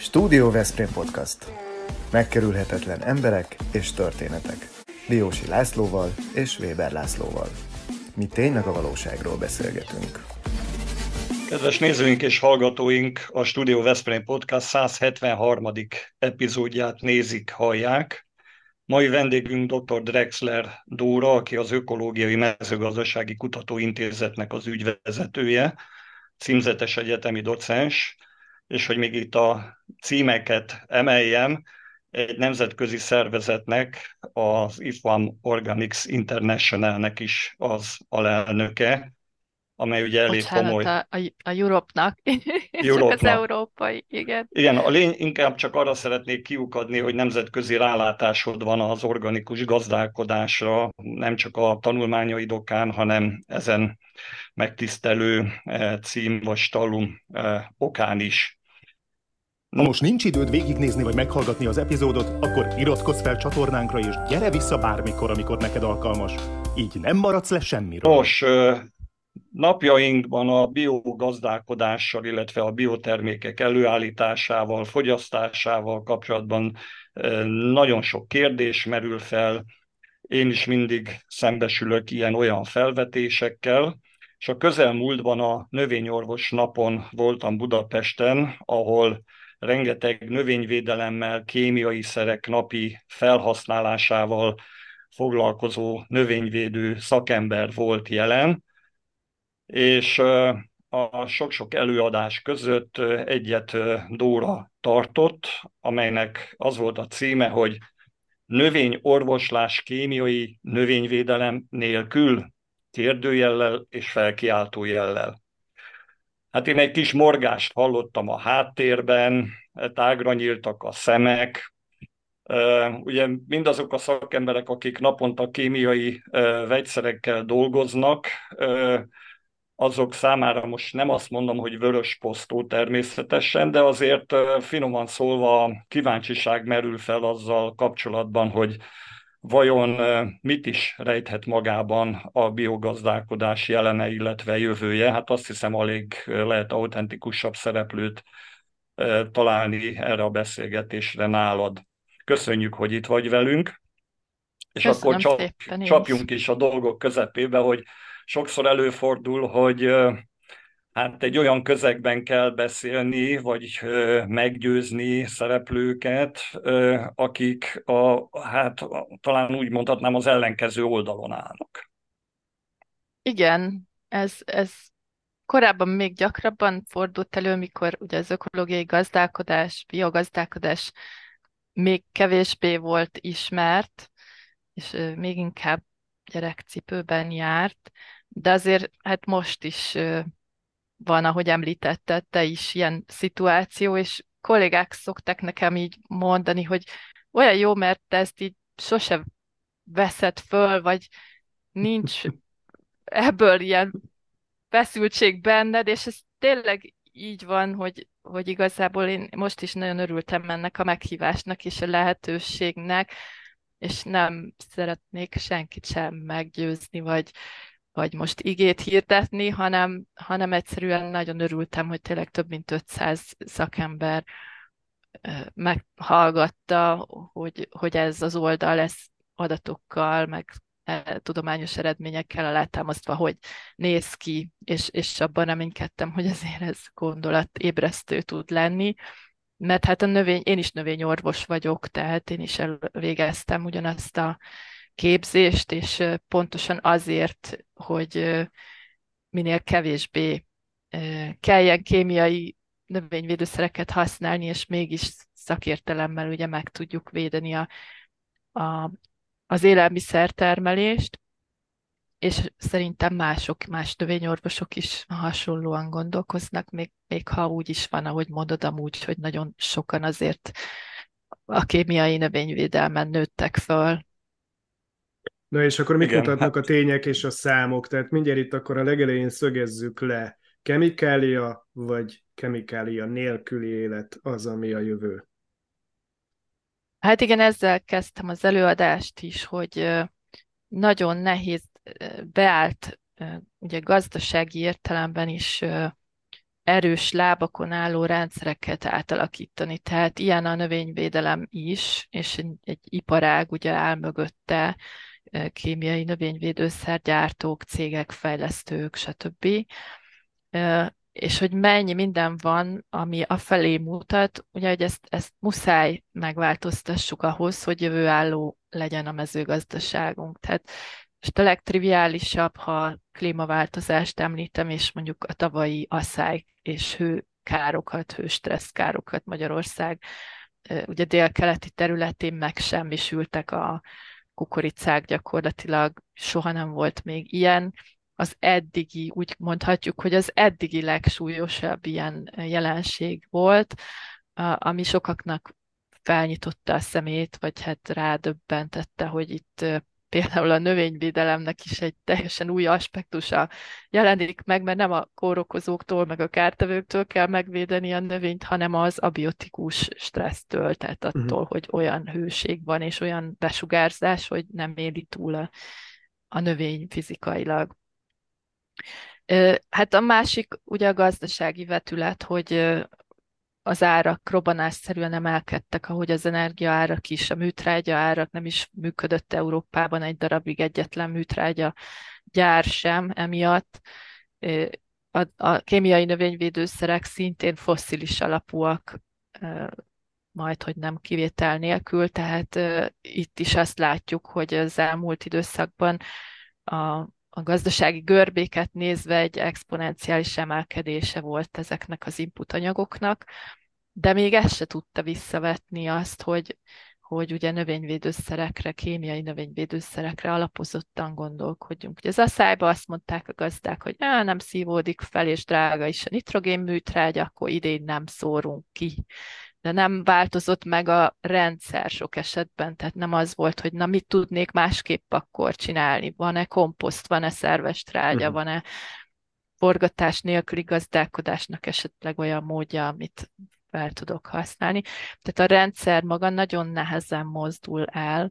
Stúdió Veszprém Podcast. Megkerülhetetlen emberek és történetek. Diósi Lászlóval és Weber Lászlóval. Mi tényleg a valóságról beszélgetünk. Kedves nézőink és hallgatóink, a Stúdió Veszprém Podcast 173. epizódját nézik, hallják. Mai vendégünk dr. Drexler Dóra, aki az Ökológiai Mezőgazdasági Kutatóintézetnek az ügyvezetője, címzetes egyetemi docens, és hogy még itt a címeket emeljem, egy nemzetközi szervezetnek, az IFAM Organics Internationalnek is az alelnöke, amely ugye elég Bocsánat, komoly. a Europe-nak, csak az Europe-nak. európai, igen. Igen, inkább csak arra szeretnék kiukadni, hogy nemzetközi rálátásod van az organikus gazdálkodásra, nem csak a tanulmányaid okán, hanem ezen megtisztelő cím vagy stallum okán is. Ha most nincs időd végignézni vagy meghallgatni az epizódot, akkor iratkozz fel csatornánkra és gyere vissza bármikor, amikor neked alkalmas. Így nem maradsz le semmiről. Nos, napjainkban a biogazdálkodással, illetve a biotermékek előállításával, fogyasztásával kapcsolatban nagyon sok kérdés merül fel. Én is mindig szembesülök ilyen-olyan felvetésekkel, és a közelmúltban a növényorvos napon voltam Budapesten, ahol rengeteg növényvédelemmel, kémiai szerek napi felhasználásával foglalkozó növényvédő szakember volt jelen, és a sok-sok előadás között egyet Dóra tartott, amelynek az volt a címe, hogy növényorvoslás kémiai növényvédelem nélkül, kérdőjellel és felkiáltójellel. Hát én egy kis morgást hallottam a háttérben, tágra nyíltak a szemek. Ugye mindazok a szakemberek, akik naponta kémiai vegyszerekkel dolgoznak, azok számára most nem azt mondom, hogy vörös posztó természetesen, de azért finoman szólva kíváncsiság merül fel azzal kapcsolatban, hogy vajon mit is rejthet magában a biogazdálkodás jelene, illetve jövője. Hát azt hiszem, alig lehet autentikusabb szereplőt találni erre a beszélgetésre nálad. Köszönjük, hogy itt vagy velünk, és Köszönöm akkor szépen én is. csapjunk is a dolgok közepébe, hogy sokszor előfordul, hogy hát egy olyan közegben kell beszélni, vagy meggyőzni szereplőket, akik talán úgy mondhatnám, az ellenkező oldalon állnak. Igen, ez korábban még gyakrabban fordult elő, mikor ugye az ökológiai gazdálkodás, biogazdálkodás még kevésbé volt ismert, és még inkább gyerekcipőben járt, de azért hát most is van, ahogy említetted, te is ilyen szituáció, és kollégák szoktak nekem így mondani, hogy olyan jó, mert te ezt így sose veszed föl, vagy nincs ebből ilyen feszültség benned, és ez tényleg így van, hogy igazából én most is nagyon örültem ennek a meghívásnak és a lehetőségnek, és nem szeretnék senkit sem meggyőzni, vagy most igét hirdetni, hanem egyszerűen nagyon örültem, hogy tényleg több mint 500 szakember meghallgatta, hogy ez az oldal lesz adatokkal, meg tudományos eredményekkel alátámasztva, hogy néz ki, és abban reménykedtem, hogy azért ez gondolatébresztő tud lenni, mert hát én is növényorvos vagyok, tehát én is elvégeztem ugyanazt a képzést, és pontosan azért, hogy minél kevésbé kelljen kémiai növényvédőszereket használni, és mégis szakértelemmel ugye meg tudjuk védeni a, az élelmiszertermelést, és szerintem más növényorvosok is hasonlóan gondolkoznak, még ha úgy is van, ahogy mondod, amúgy, hogy nagyon sokan azért a kémiai növényvédelmen nőttek föl. Na és akkor mit Igen, mutatnak a tények és a számok? Tehát mindjárt itt akkor a legelején szögezzük le. Kemikália vagy kemikália nélküli élet az, ami a jövő. Hát igen, ezzel kezdtem az előadást is, hogy nagyon nehéz beállt, ugye gazdasági értelemben is erős lábakon álló rendszereket átalakítani. Tehát ilyen a növényvédelem is, és egy iparág ugye áll mögötte, kémiai növényvédőszergyártók, cégek, fejlesztők, stb. És hogy mennyi minden van, ami afelé mutat, ugye, hogy ezt muszáj megváltoztassuk ahhoz, hogy jövőálló legyen a mezőgazdaságunk. Tehát most a legtriviálisabb, ha klímaváltozást említem, és mondjuk a tavalyi asszály és hőkárokat, hőstresszkárokat Magyarország ugye délkeleti területén megsemmisültek a kukoricák, gyakorlatilag soha nem volt még ilyen. Az eddigi, úgy mondhatjuk, hogy az eddigi legsúlyosabb ilyen jelenség volt, ami sokaknak felnyitotta a szemét, vagy hát rádöbbentette, hogy itt például a növényvédelemnek is egy teljesen új aspektusa jelenik meg, mert nem a kórokozóktól, meg a kártevőktől kell megvédeni a növényt, hanem az abiotikus stressztől, tehát attól, hogy olyan hőség van, és olyan besugárzás, hogy nem éli túl a növény fizikailag. Hát a másik ugye a gazdasági vetület, hogy az árak robbanásszerűen emelkedtek, ahogy az energiaárak is, a műtrágya árak, nem is működött Európában egy darabig egyetlen műtrágya gyár sem emiatt. A kémiai növényvédőszerek szintén fosszilis alapúak, majd hogy nem kivétel nélkül, tehát itt is azt látjuk, hogy az elmúlt időszakban a gazdasági görbéket nézve egy exponenciális emelkedése volt ezeknek az input anyagoknak, de még ez se tudta visszavetni azt, hogy ugye növényvédőszerekre, kémiai növényvédőszerekre alapozottan gondolkodjunk. Ugye az asszályban azt mondták a gazdák, hogy nem szívódik fel, és drága is a nitrogénműtrágy, akkor idén nem szórunk ki. De nem változott meg a rendszer sok esetben, tehát nem az volt, hogy na mit tudnék másképp akkor csinálni, van-e komposzt, van-e szerves trágya, van-e forgatás nélküli gazdálkodásnak esetleg olyan módja, amit fel tudok használni. Tehát a rendszer maga nagyon nehezen mozdul el,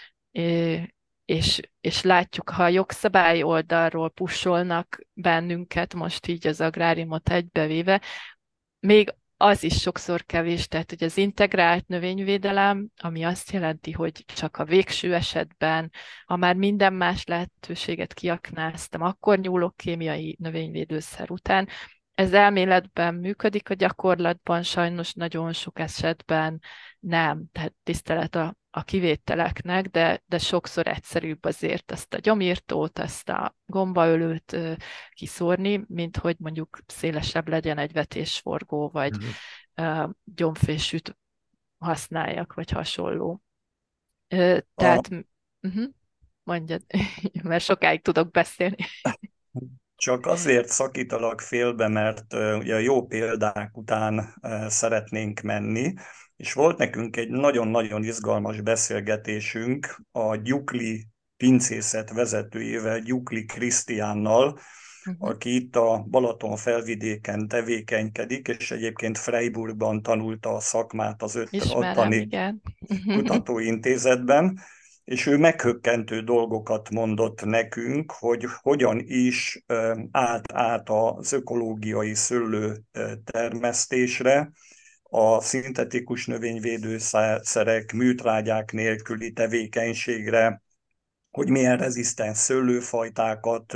és látjuk, ha a jogszabály oldalról pusolnak bennünket, most így az agráriumot egybevéve, még az is sokszor kevés, tehát hogy az integrált növényvédelem, ami azt jelenti, hogy csak a végső esetben, ha már minden más lehetőséget kiaknáztam, akkor nyúlok kémiai növényvédőszer után. Ez elméletben működik, a gyakorlatban sajnos nagyon sok esetben nem, tehát tisztelet a kivételeknek, de sokszor egyszerűbb azért azt a gyomírtót, azt a gombaölőt kiszórni, mint hogy mondjuk szélesebb legyen egy vetésforgó, vagy gyomfésűt használjak, vagy hasonló. Tehát, mondjad, mert sokáig tudok beszélni. Csak azért szakítalak félbe, mert ugye a jó példák után szeretnénk menni, és volt nekünk egy nagyon-nagyon izgalmas beszélgetésünk a Gyukli pincészet vezetőjével, Gyukli Krisztiánnal, aki itt a Balaton felvidéken tevékenykedik, és egyébként Freiburgban tanulta a szakmát az ottani kutatóintézetben, és ő meghökkentő dolgokat mondott nekünk, hogy hogyan is állt át az ökológiai szőlő termesztésre, a szintetikus növényvédőszerek, műtrágyák nélküli tevékenységre, hogy milyen rezisztens szőlőfajtákat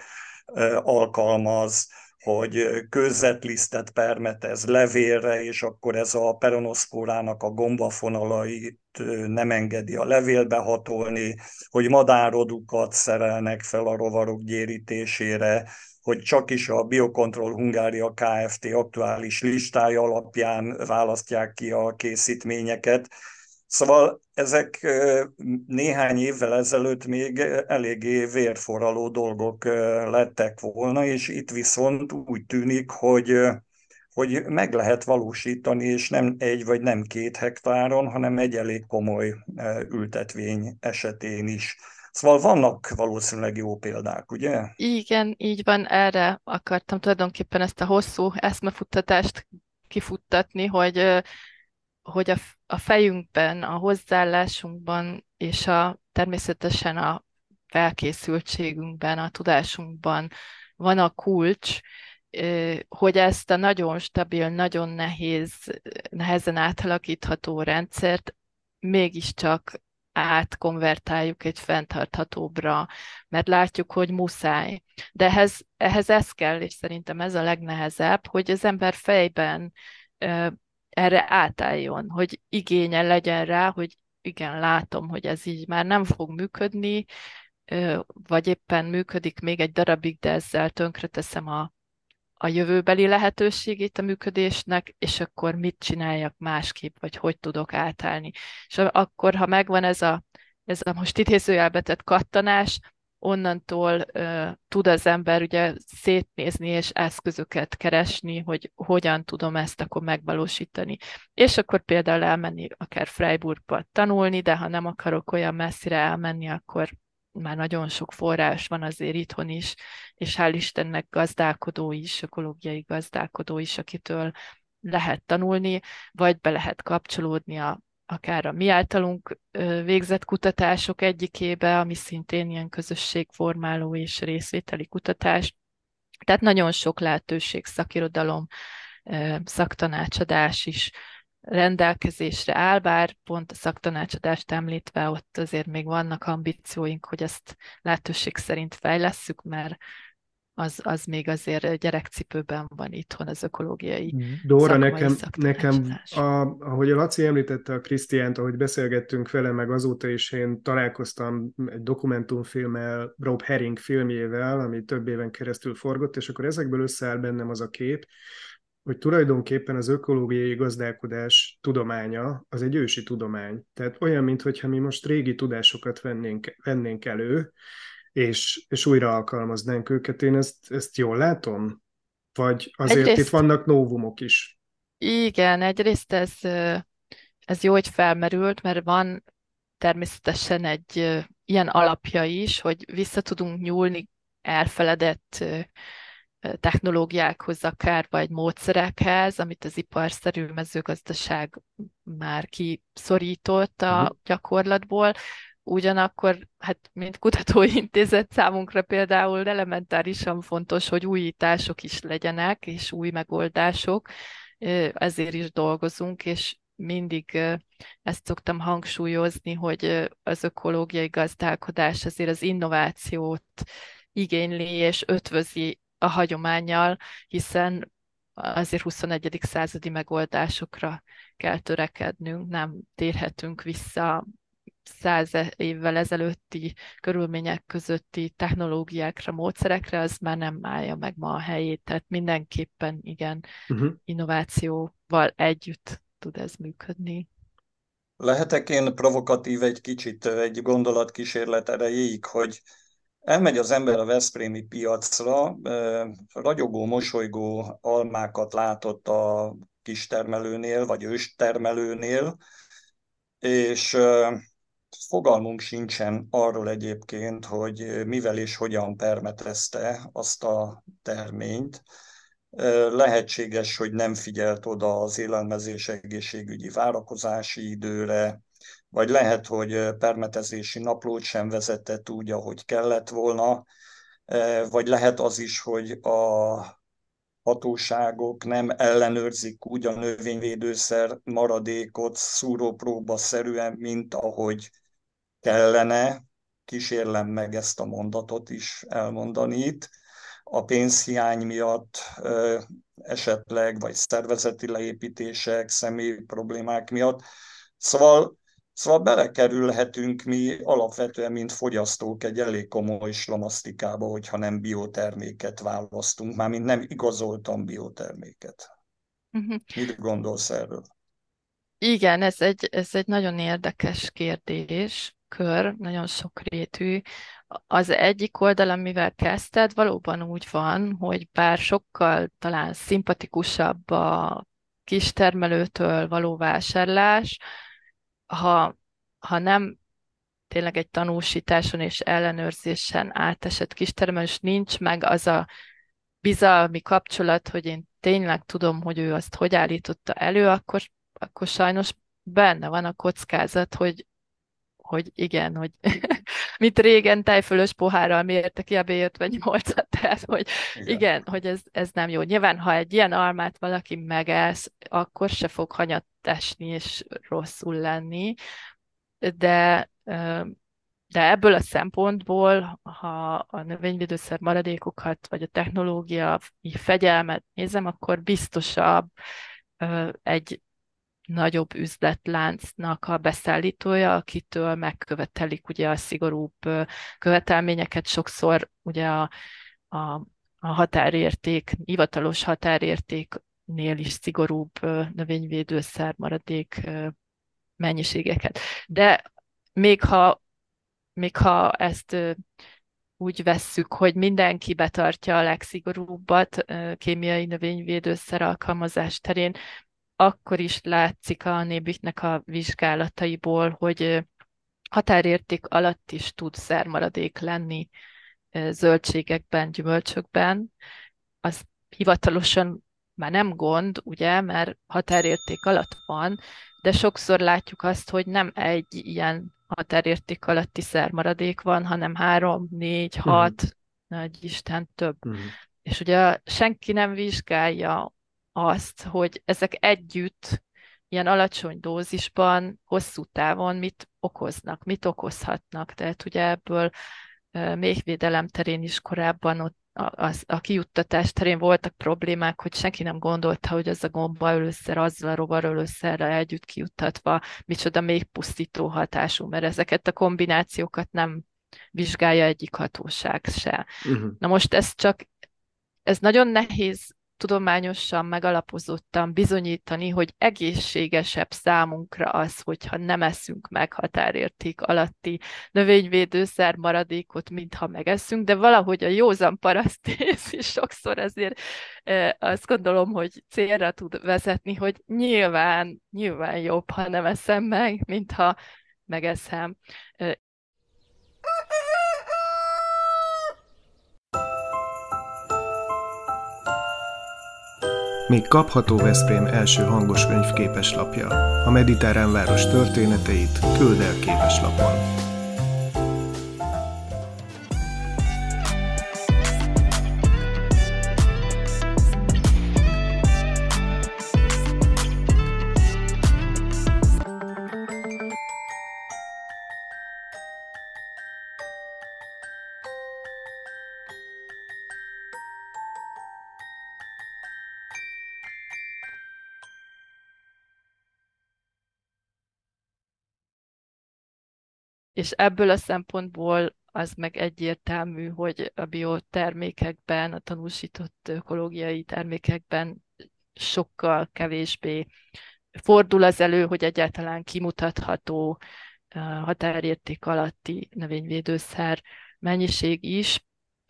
alkalmaz, hogy kőzetlisztet permetez levélre, és akkor ez a peronoszpórának a gombafonalait nem engedi a levélbe hatolni, hogy madárodukat szerelnek fel a rovarok gyérítésére, hogy csak is a Biocontrol Hungária Kft. Aktuális listája alapján választják ki a készítményeket. Szóval ezek néhány évvel ezelőtt még eléggé vérforraló dolgok lettek volna, és itt viszont úgy tűnik, hogy meg lehet valósítani, és nem egy vagy nem 2 hektáron, hanem egy elég komoly ültetvény esetén is. Szóval vannak valószínűleg jó példák, ugye? Igen, így van, erre akartam tulajdonképpen ezt a hosszú eszmefuttatást kifuttatni, hogy a fejünkben, a hozzáállásunkban, és természetesen a felkészültségünkben, a tudásunkban van a kulcs, hogy ezt a nagyon stabil, nagyon nehezen átalakítható rendszert mégiscsak átkonvertáljuk egy fenntarthatóbbra, mert látjuk, hogy muszáj. De ehhez ez kell, és szerintem ez a legnehezebb, hogy az ember fejben erre átálljon, hogy igénye legyen rá, hogy igen, látom, hogy ez így már nem fog működni, vagy éppen működik még egy darabig, de ezzel tönkreteszem a jövőbeli lehetőségét a működésnek, és akkor mit csináljak másképp, vagy hogy tudok átállni. És akkor, ha megvan ez a most idézőjelbe tett kattanás, onnantól tud az ember ugye szétnézni és eszközöket keresni, hogy hogyan tudom ezt akkor megvalósítani. És akkor például elmenni akár Freiburgba tanulni, de ha nem akarok olyan messzire elmenni, akkor már nagyon sok forrás van azért itthon is, és hál' Istennek gazdálkodó is, ökológiai gazdálkodó is, akitől lehet tanulni, vagy be lehet kapcsolódni akár a mi általunk végzett kutatások egyikébe, ami szintén ilyen közösségformáló és részvételi kutatás. Tehát nagyon sok lehetőség, szakirodalom, szaktanácsadás is rendelkezésre áll, bár pont a szaktanácsadást említve ott azért még vannak ambícióink, hogy ezt lehetőség szerint fejlesszük, mert az még azért gyerekcipőben van itthon az ökológiai Dóra, szakmai nekem szaktanácsadás. ahogy a Laci említette a Krisztiánt, ahogy beszélgettünk vele, meg azóta is én találkoztam egy dokumentumfilmmel, Rob Herring filmjével, ami több éven keresztül forgott, és akkor ezekből összeáll bennem az a kép, hogy tulajdonképpen az ökológiai gazdálkodás tudománya az egy ősi tudomány. Tehát olyan, mintha mi most régi tudásokat vennénk elő, és újra alkalmaznánk őket. Én ezt jól látom? Vagy azért itt vannak novumok is? Igen, egyrészt ez jó, hogy felmerült, mert van természetesen egy ilyen alapja is, hogy vissza tudunk nyúlni elfeledett technológiákhoz akár, vagy módszerekhez, amit az iparszerű mezőgazdaság már kiszorított a gyakorlatból. Ugyanakkor, hát mint kutatóintézet számunkra például elementárisan fontos, hogy újítások is legyenek, és új megoldások, ezért is dolgozunk, és mindig ezt szoktam hangsúlyozni, hogy az ökológiai gazdálkodás azért az innovációt igényli és ötvözi a hagyománnyal, hiszen azért 21. századi megoldásokra kell törekednünk, nem térhetünk vissza 100 évvel ezelőtti körülmények közötti technológiákra, módszerekre, az már nem állja meg ma a helyét. Tehát mindenképpen igen, innovációval együtt tud ez működni. Lehetek én provokatív egy kicsit, egy gondolatkísérlet erejéig, hogy elmegy az ember a veszprémi piacra, ragyogó, mosolygó almákat látott a kistermelőnél, vagy őstermelőnél, és fogalmunk sincsen arról egyébként, hogy mivel és hogyan permetezte azt a terményt. Lehetséges, hogy nem figyelt oda az élelmezés egészségügyi várakozási időre, vagy lehet, hogy permetezési naplót sem vezetett úgy, ahogy kellett volna, vagy lehet az is, hogy a hatóságok nem ellenőrzik úgy a növényvédőszer maradékot szúrópróba-szerűen, mint ahogy kellene. Kísérlem meg ezt a mondatot is elmondani itt. A pénzhiány miatt esetleg, vagy szervezeti leépítések, személyi problémák miatt. Szóval belekerülhetünk mi alapvetően, mint fogyasztók egy elég komoly slamasztikába, hogyha nem bioterméket választunk, mármint nem igazoltan bioterméket. Mit gondolsz erről? Igen, ez egy nagyon érdekes kérdéskör, nagyon sokrétű. Az egyik oldal, amivel kezdted, valóban úgy van, hogy bár sokkal talán szimpatikusabb a kistermelőtől való vásárlás, ha nem tényleg egy tanúsításon és ellenőrzésen átesett kistermelés nincs meg az a bizalmi kapcsolat, hogy én tényleg tudom, hogy ő azt hogy állította elő, akkor sajnos benne van a kockázat, hogy igen, hogy mint régen tejfölös pohárral mérte ki a B58-at, tehát hogy Igen. igen, hogy ez nem jó. Nyilván, ha egy ilyen almát valaki megesz, akkor se fog hanyat esni és rosszul lenni, de de ebből a szempontból, ha a növényvédőszer maradékokat, vagy a technológia fegyelmet nézem, akkor biztosabb egy nagyobb üzletláncnak a beszállítója, akitől megkövetelik ugye a szigorúbb követelményeket. Sokszor ugye a, a határérték, hivatalos határértéknél is szigorúbb növényvédőszer maradék mennyiségeket. De még ha ezt úgy vesszük, hogy mindenki betartja a legszigorúbbat kémiai növényvédőszer alkalmazás terén, akkor is látszik a Nébiknek a vizsgálataiból, hogy határérték alatt is tud szermaradék lenni zöldségekben, gyümölcsökben. Az hivatalosan már nem gond, ugye, mert határérték alatt van, de sokszor látjuk azt, hogy nem egy ilyen határérték alatti szermaradék van, hanem 3, 4, 6, nagy Isten több. És ugye senki nem vizsgálja azt, hogy ezek együtt ilyen alacsony dózisban, hosszú távon mit okoznak, mit okozhatnak. Tehát ugye ebből méhvédelem terén is korábban ott a kijuttatás terén voltak problémák, hogy senki nem gondolta, hogy az a gombaölőszer azzal a rovarölőszerrel együtt kijuttatva micsoda méhpusztító hatású, mert ezeket a kombinációkat nem vizsgálja egyik hatóság se. Na most ez nagyon nehéz tudományosan megalapozottan bizonyítani, hogy egészségesebb számunkra az, hogyha nem eszünk meg határérték alatti növényvédőszer maradékot, mintha megeszünk, de valahogy a józan parasztész is sokszor azért azt gondolom, hogy célra tud vezetni, hogy nyilván jobb, ha nem eszem meg, mintha megeszem. Még kapható Veszprém első hangos könyvképes lapja. A mediterrán város történeteit küld el képeslapon. És ebből a szempontból az meg egyértelmű, hogy a biotermékekben, a tanúsított ökológiai termékekben sokkal kevésbé fordul az elő, hogy egyáltalán kimutatható határérték alatti növényvédőszer mennyiség is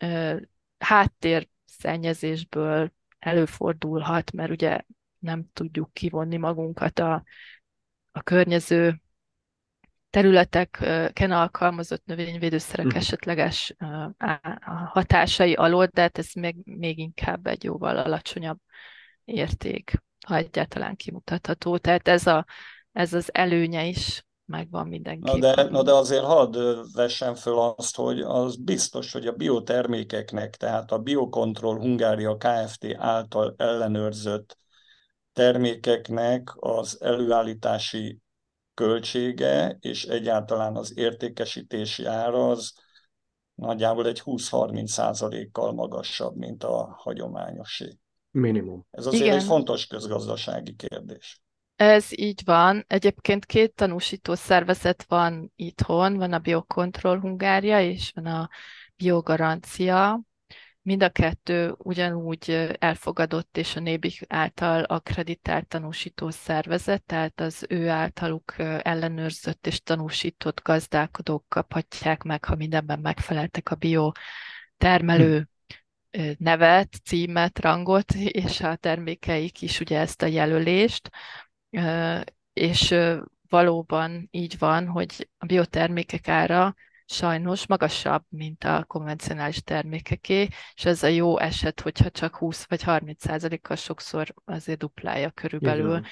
háttérszennyezésből előfordulhat, mert ugye nem tudjuk kivonni magunkat a környező területeken alkalmazott növényvédőszerek esetleges hatásai alól, de hát ez még inkább egy jóval alacsonyabb érték, ha egyáltalán kimutatható. Tehát ez az előnye is megvan mindenképpen. Na de azért hadd vessem föl azt, hogy az biztos, hogy a biotermékeknek, tehát a Biocontrol Hungária Kft. Által ellenőrzött termékeknek az előállítási költsége és egyáltalán az értékesítési ára az nagyjából egy 20-30%-kal magasabb, mint a hagyományosé. Minimum. Ez azért egy fontos közgazdasági kérdés. Ez így van. Egyébként 2 tanúsító szervezet van itthon, van a Biocontrol Hungária és van a Biogarancia. Mind a 2 ugyanúgy elfogadott és a Nébik által akkreditált tanúsító szervezet, tehát az ő általuk ellenőrzött és tanúsított gazdálkodók kaphatják meg, ha mindenben megfeleltek a biotermelő nevet, címet, rangot, és a termékeik is ugye ezt a jelölést. És valóban így van, hogy a biotermékek ára sajnos magasabb, mint a konvencionális termékeké, és ez a jó eset, hogyha csak 20 vagy 30%-kal sokszor azért duplája körülbelül.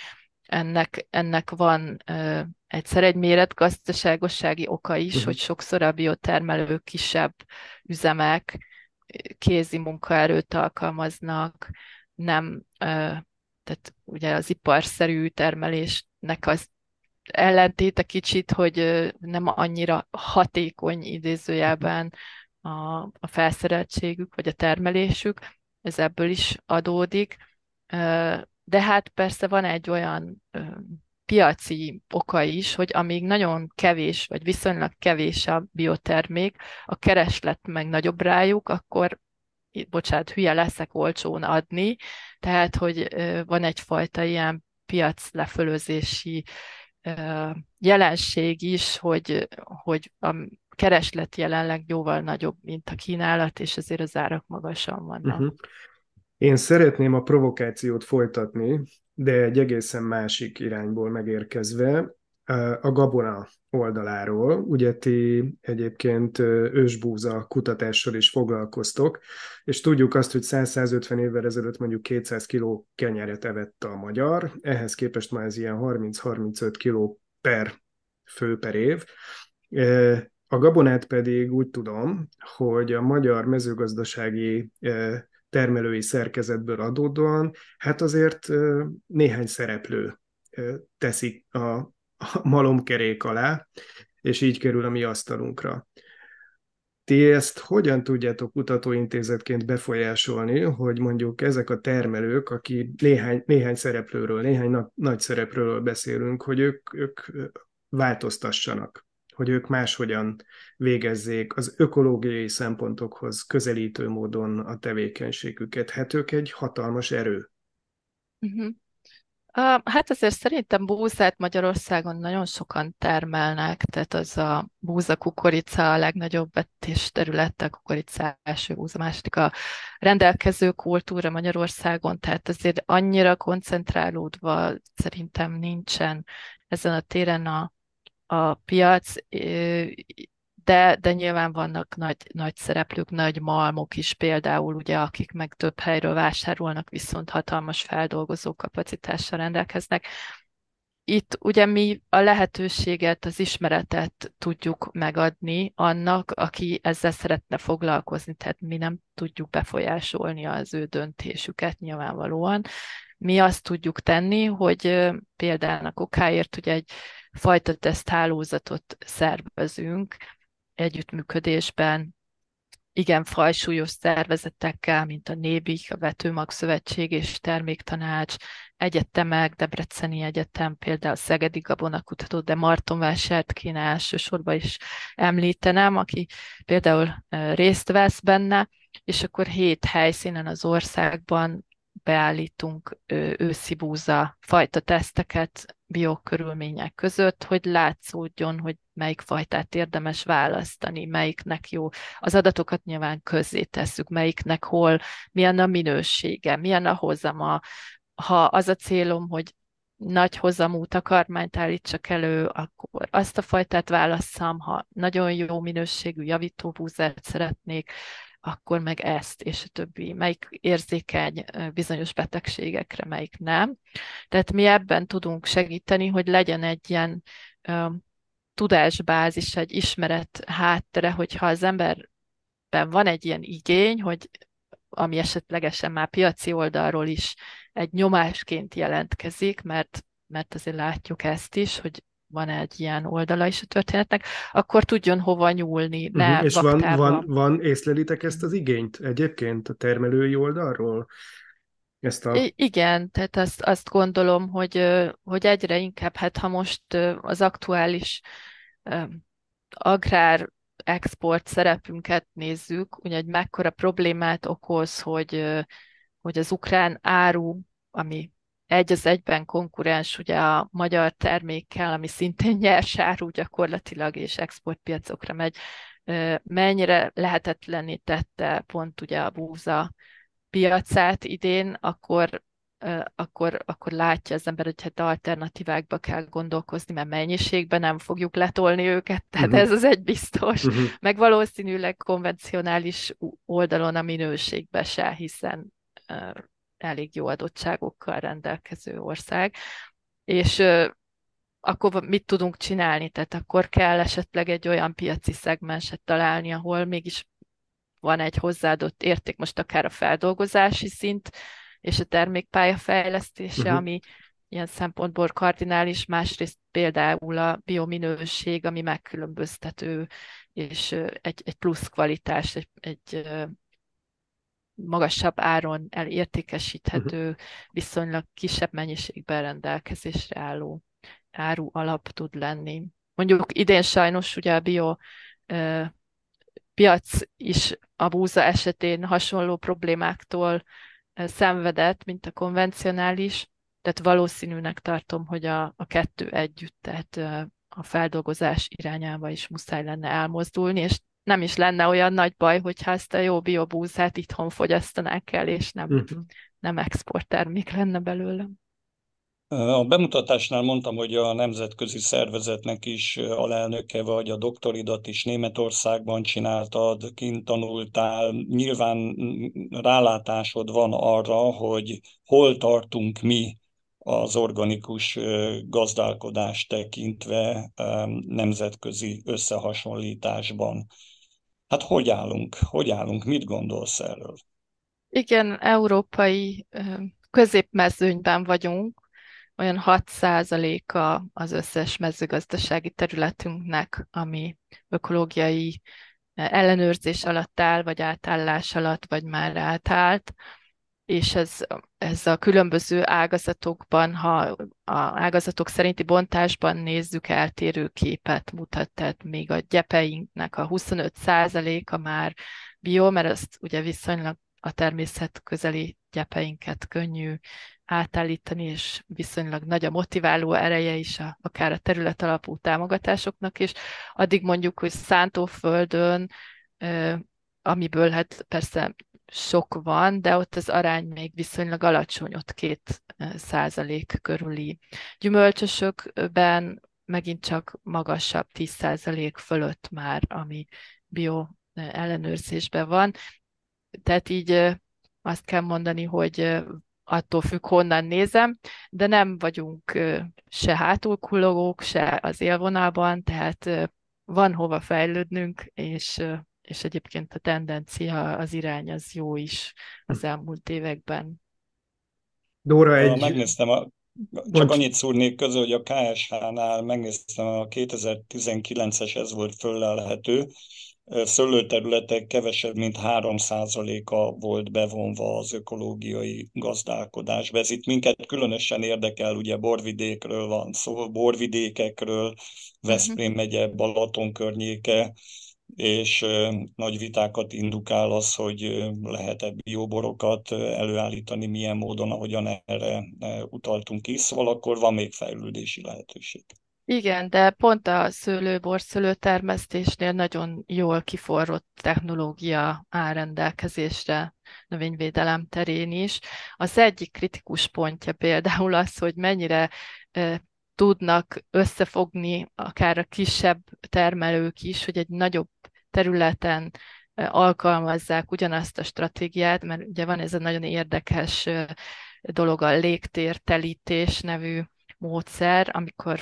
ennek van egyszer egy méretgazdaságossági oka is, hogy sokszor a biotermelők kisebb üzemek, kézi munkaerőt alkalmaznak, nem, tehát ugye az iparszerű termelésnek az ellentéte kicsit, hogy nem annyira hatékony idézőjelben a felszereltségük, vagy a termelésük, ez ebből is adódik. De hát persze van egy olyan piaci oka is, hogy amíg nagyon kevés, vagy viszonylag kevés a biotermék, a kereslet meg nagyobb rájuk, akkor, bocsánat, hülye leszek olcsón adni, tehát, hogy van egyfajta ilyen piaclefölözési jelenség is, hogy a kereslet jelenleg jóval nagyobb, mint a kínálat, és ezért az árak magasan vannak. Én szeretném a provokációt folytatni, de egy egészen másik irányból megérkezve, a gabona oldaláról. Ugye ti egyébként ősbúza kutatással is foglalkoztok, és tudjuk azt, hogy 100-150 évvel ezelőtt mondjuk 200 kiló kenyeret evett a magyar, ehhez képest már ez ilyen 30-35 kiló per fő per év. A gabonát pedig úgy tudom, hogy a magyar mezőgazdasági termelői szerkezetből adódóan, hát azért néhány szereplő teszik a malomkerék alá, és így kerül a mi asztalunkra. Ti ezt hogyan tudjátok kutatóintézetként befolyásolni, hogy mondjuk ezek a termelők, aki néhány szereplőről, néhány nagy szereplőről beszélünk, hogy ők változtassanak, hogy ők máshogyan végezzék az ökológiai szempontokhoz közelítő módon a tevékenységüket. Hát ők egy hatalmas erő. Hát azért szerintem búzát Magyarországon nagyon sokan termelnek, tehát az a búza kukorica a legnagyobb vetésterület, a kukorica első, búza második a rendelkező kultúra Magyarországon, tehát azért annyira koncentrálódva szerintem nincsen ezen a téren a piac, de nyilván vannak nagy szereplők, nagy malmok is például, ugye, akik meg több helyről vásárolnak, viszont hatalmas feldolgozó kapacitással rendelkeznek. Itt ugye mi a lehetőséget, az ismeretet tudjuk megadni annak, aki ezzel szeretne foglalkozni, tehát mi nem tudjuk befolyásolni az ő döntésüket nyilvánvalóan. Mi azt tudjuk tenni, hogy például okáért ugye egy fajta teszthálózatot szervezünk, együttműködésben igen fajsúlyos szervezetekkel, mint a NÉBIK, a Vetőmag Szövetség és Terméktanács, egyetemek, Debreceni Egyetem, például Szegedi Gabonakutató, de Martonvásárt kéne elsősorban is említenem, aki például részt vesz benne, és akkor 7 helyszínen az országban beállítunk őszi búza fajta teszteket biokörülmények között, hogy látszódjon, hogy melyik fajtát érdemes választani, melyiknek jó. Az adatokat nyilván közzé tesszük, melyiknek hol, milyen a minősége, milyen a hozama. Ha az a célom, hogy nagy hozamú takarmányt állítsak elő, akkor azt a fajtát válasszam, ha nagyon jó minőségű javítóbúzát szeretnék, akkor meg ezt, és a többi. Melyik érzékeny bizonyos betegségekre, melyik nem. Tehát mi ebben tudunk segíteni, hogy legyen egy ilyen tudásbázis, egy ismeret háttere, hogyha az emberben van egy ilyen igény, hogy ami esetlegesen már piaci oldalról is egy nyomásként jelentkezik, mert azért látjuk ezt is, hogy van egy ilyen oldala is a történetnek, akkor tudjon hova nyúlni, ne És van, észlelitek ezt az igényt egyébként a termelői oldalról? Igen, tehát azt gondolom, hogy egyre inkább, hát ha most az aktuális agrár export szerepünket nézzük, ugye egy mekkora problémát okoz, hogy az ukrán áru, ami egy az egyben konkurens ugye a magyar termékkel, ami szintén nyers áru gyakorlatilag, és exportpiacokra megy, mennyire lehetetlenné tette pont ugye a búza piacát idén, akkor látja az ember, hogy hát alternatívákba kell gondolkozni, mert mennyiségben nem fogjuk letolni őket, tehát ez az egy biztos. Meg valószínűleg konvencionális oldalon a minőségbe se, hiszen elég jó adottságokkal rendelkező ország. és akkor mit tudunk csinálni? Tehát akkor kell esetleg egy olyan piaci szegmenset találni, ahol mégis van egy hozzáadott érték, most akár a feldolgozási szint és a termékpálya fejlesztése, ami ilyen szempontból kardinális, másrészt például a biominőség, ami megkülönböztető, és egy plusz kvalitás, egy magasabb áron elértékesíthető, viszonylag kisebb mennyiségben rendelkezésre álló áru alap tud lenni. Mondjuk idén sajnos ugye a bio piac is a búza esetén hasonló problémáktól szenvedett, mint a konvencionális, tehát valószínűnek tartom, hogy a kettő együtt, tehát a feldolgozás irányába is muszáj lenne elmozdulni, és nem is lenne olyan nagy baj, hogyha ezt a jó biobúzát itthon fogyasztanák el, és nem exporttermék lenne belőle. A bemutatásnál mondtam, hogy a nemzetközi szervezetnek is alelnöke vagy, a doktoridat is Németországban csináltad, kint tanultál. Nyilván rálátásod van arra, hogy hol tartunk mi az organikus gazdálkodást tekintve nemzetközi összehasonlításban. Hát hogy állunk? Hogy állunk? Mit gondolsz erről? Igen, európai középmezőnyben vagyunk, olyan 6%-a az összes mezőgazdasági területünknek, ami ökológiai ellenőrzés alatt áll, vagy átállás alatt, vagy már átállt, és ez a különböző ágazatokban, ha a ágazatok szerinti bontásban nézzük, eltérő képet mutat, tehát még a gyepeinknek a 25%-a már bio, mert azt ugye viszonylag a természet közeli gyepeinket könnyű átállítani, és viszonylag nagy a motiváló ereje is akár a terület alapú támogatásoknak is. Addig mondjuk, hogy szántóföldön, amiből hát persze sok van, de ott az arány még viszonylag alacsony, ott 2% körüli. Gyümölcsösökben megint csak magasabb, 10% fölött már, ami bio ellenőrzésben van. Tehát így azt kell mondani, hogy attól függ, honnan nézem, de nem vagyunk se hátulkullogók, se az élvonalban, tehát van hova fejlődnünk, és egyébként a tendencia, az irány az jó is az elmúlt években. Dóra, megnéztem, csak annyit szúrnék közül, hogy a KSH-nál megnéztem a 2019-es, ez volt föllelhető, szőlőterületek kevesebb, mint 3%-a volt bevonva az ökológiai gazdálkodásba. Ez itt minket különösen érdekel, ugye borvidékről van szó, borvidékekről, Veszprém megye, Balaton környéke, és nagy vitákat indukál az, hogy lehet-e bioborokat előállítani, milyen módon, ahogyan erre utaltunk is, szóval akkor van még fejlődési lehetőség. Igen, de pont a szőlő-borszőlő termesztésnél nagyon jól kiforrott technológia áll rendelkezésre növényvédelem terén is. Az egyik kritikus pontja például az, hogy mennyire tudnak összefogni akár a kisebb termelők is, hogy egy nagyobb területen alkalmazzák ugyanazt a stratégiát, mert ugye van ez a nagyon érdekes dolog, a légtértelítés nevű módszer, amikor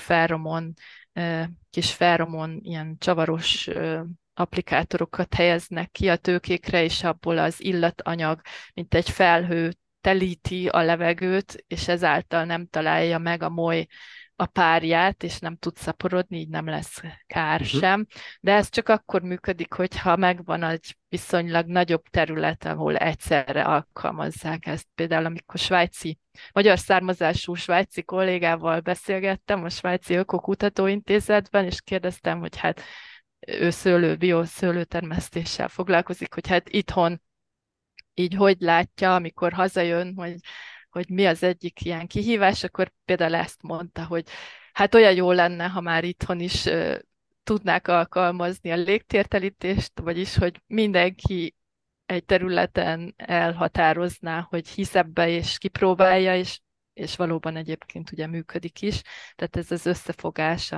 kis feromon ilyen csavaros applikátorokat helyeznek ki a tőkékre, és abból az illatanyag, mint egy felhő telíti a levegőt, és ezáltal nem találja meg a moly a párját, és nem tud szaporodni, így nem lesz kár sem. De ez csak akkor működik, hogyha megvan egy viszonylag nagyobb terület, ahol egyszerre alkalmazzák ezt. Például amikor magyar származású svájci kollégával beszélgettem a Svájci Ökokutatóintézetben, és kérdeztem, hogy hát ő bio-szőlőtermesztéssel foglalkozik, hogy hát itthon így hogy látja, amikor hazajön, hogy mi az egyik ilyen kihívás, akkor például ezt mondta, hogy hát olyan jó lenne, ha már itthon is tudnák alkalmazni a légtértelítést, vagyis, hogy mindenki egy területen elhatározná, hogy hisz ebbe és kipróbálja, és valóban egyébként ugye működik is. Tehát ez az összefogás,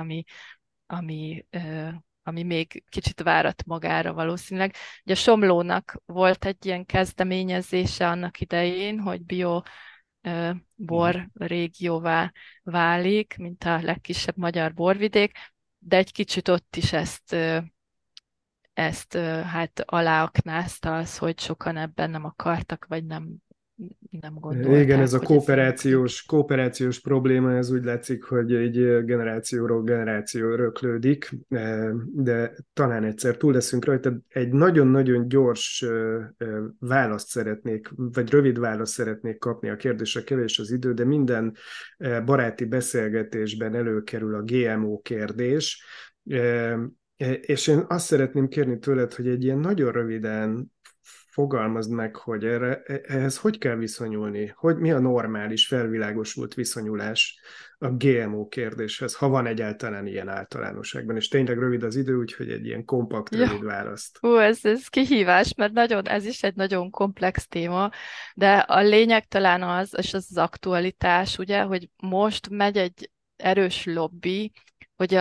ami még kicsit várat magára valószínűleg. Ugye a Somlónak volt egy ilyen kezdeményezése annak idején, hogy bio bor régióvá válik, mint a legkisebb magyar borvidék, de egy kicsit ott is ezt hát aláaknázta az, hogy sokan ebben nem akartak, vagy nem gondolták, Igen, ez a hogy ez így működik. kooperációs probléma, ez úgy látszik, hogy egy generációról generációra röklődik, de talán egyszer túl leszünk rajta. Egy nagyon-nagyon gyors választ szeretnék, vagy rövid választ szeretnék kapni a kérdésre, kevés az idő, de minden baráti beszélgetésben előkerül a GMO kérdés, és én azt szeretném kérni tőled, hogy egy ilyen nagyon röviden fogalmazd meg, hogy ehhez hogy kell viszonyulni, hogy mi a normális, felvilágosult viszonyulás a GMO kérdéshez, ha van egyáltalán ilyen általánosságban, és tényleg rövid az idő, úgyhogy egy ilyen kompakt, Ja, rövid választ. ez kihívás, mert ez is egy nagyon komplex téma, de a lényeg talán az, és az aktualitás, ugye, hogy most megy egy erős lobby, hogy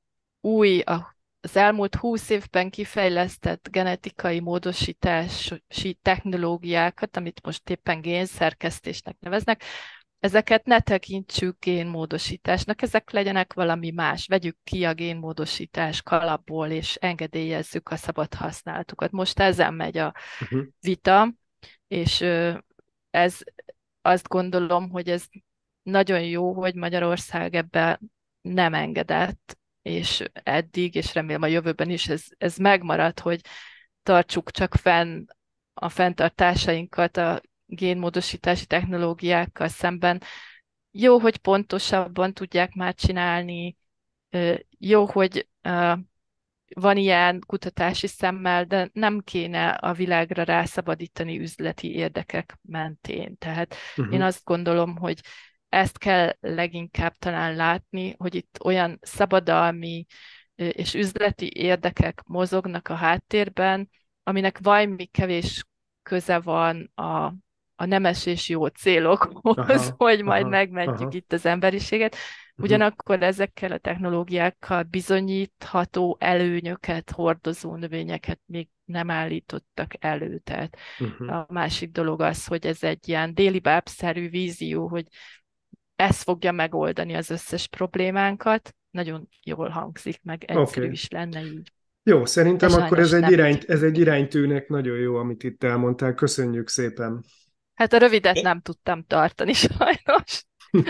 az elmúlt 20 évben kifejlesztett genetikai módosítási technológiákat, amit most éppen génszerkesztésnek neveznek, ezeket ne tekintsük génmódosításnak, ezek legyenek valami más. Vegyük ki a génmódosítás kalapból, és engedélyezzük a szabad használatukat. Most ezen megy a vita, és ez azt gondolom, hogy ez nagyon jó, hogy Magyarország ebben nem engedett, és eddig, és remélem a jövőben is ez megmarad, hogy tartsuk csak fenn a fenntartásainkat a génmódosítási technológiákkal szemben. Jó, hogy pontosabban tudják már csinálni, jó, hogy van ilyen kutatási szemmel, de nem kéne a világra rászabadítani üzleti érdekek mentén. Tehát én azt gondolom, hogy ezt kell leginkább talán látni, hogy itt olyan szabadalmi és üzleti érdekek mozognak a háttérben, aminek valami kevés köze van a nemes és jó célokhoz, hogy majd megmentjük itt az emberiséget. Ugyanakkor ezekkel a technológiákkal bizonyítható előnyöket hordozó növényeket még nem állítottak elő. Tehát a másik dolog az, hogy ez egy ilyen déli bábszerű vízió, hogy ez fogja megoldani az összes problémánkat. Nagyon jól hangzik, meg egyszerű is lenne így. Jó, szerintem De akkor sajnos ez egy iránytűnek nagyon jó, amit itt elmondtál. Köszönjük szépen. Hát a rövidet nem tudtam tartani, sajnos.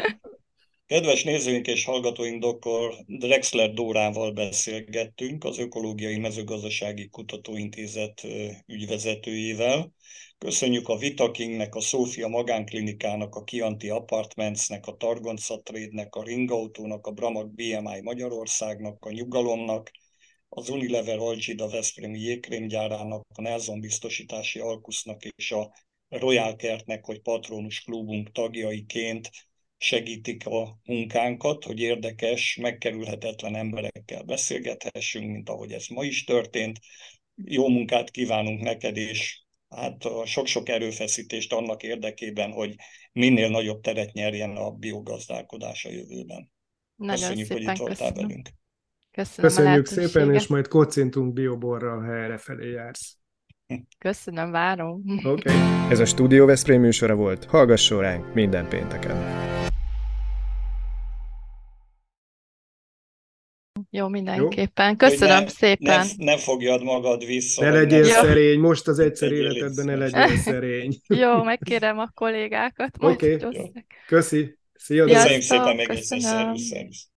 Kedves nézőink és hallgatóink, dr. Drexler Dórával beszélgettünk, az Ökológiai Mezőgazdasági Kutatóintézet ügyvezetőjével. Köszönjük a Vitakingnek, a Szófia Magánklinikának, a Chianti Apartmentsnek, a Targonca Trade-nek, a Ringautónak, a Bramag BMI Magyarországnak, a Nyugalomnak, az Unilever Algida Veszprémi jégkrémgyárának, a Nelson Biztosítási Alkusznak és a Royal Kertnek, hogy patronus klubunk tagjaiként segítik a munkánkat, hogy érdekes, megkerülhetetlen emberekkel beszélgethessünk, mint ahogy ez ma is történt. Jó munkát kívánunk neked, és hát a sok-sok erőfeszítést annak érdekében, hogy minél nagyobb teret nyerjen a biogazdálkodás a jövőben. Nagyon Köszönjük, hogy itt voltál velünk. Köszönjük szépen, és majd kocintunk bioborral, ha errefelé jársz. Köszönöm, várom. Okay. Ez a Stúdió Veszprém műsora volt, hallgasson ránk minden pénteken. Jó, mindenképpen. Köszönöm szépen. Ne fogjad magad vissza. Ne legyél szerény, most az egyszer életedben ne legyél szerény. Jó, megkérem a kollégákat. Oké, köszi. Szia, köszönjük szépen még egyszer, szervusz.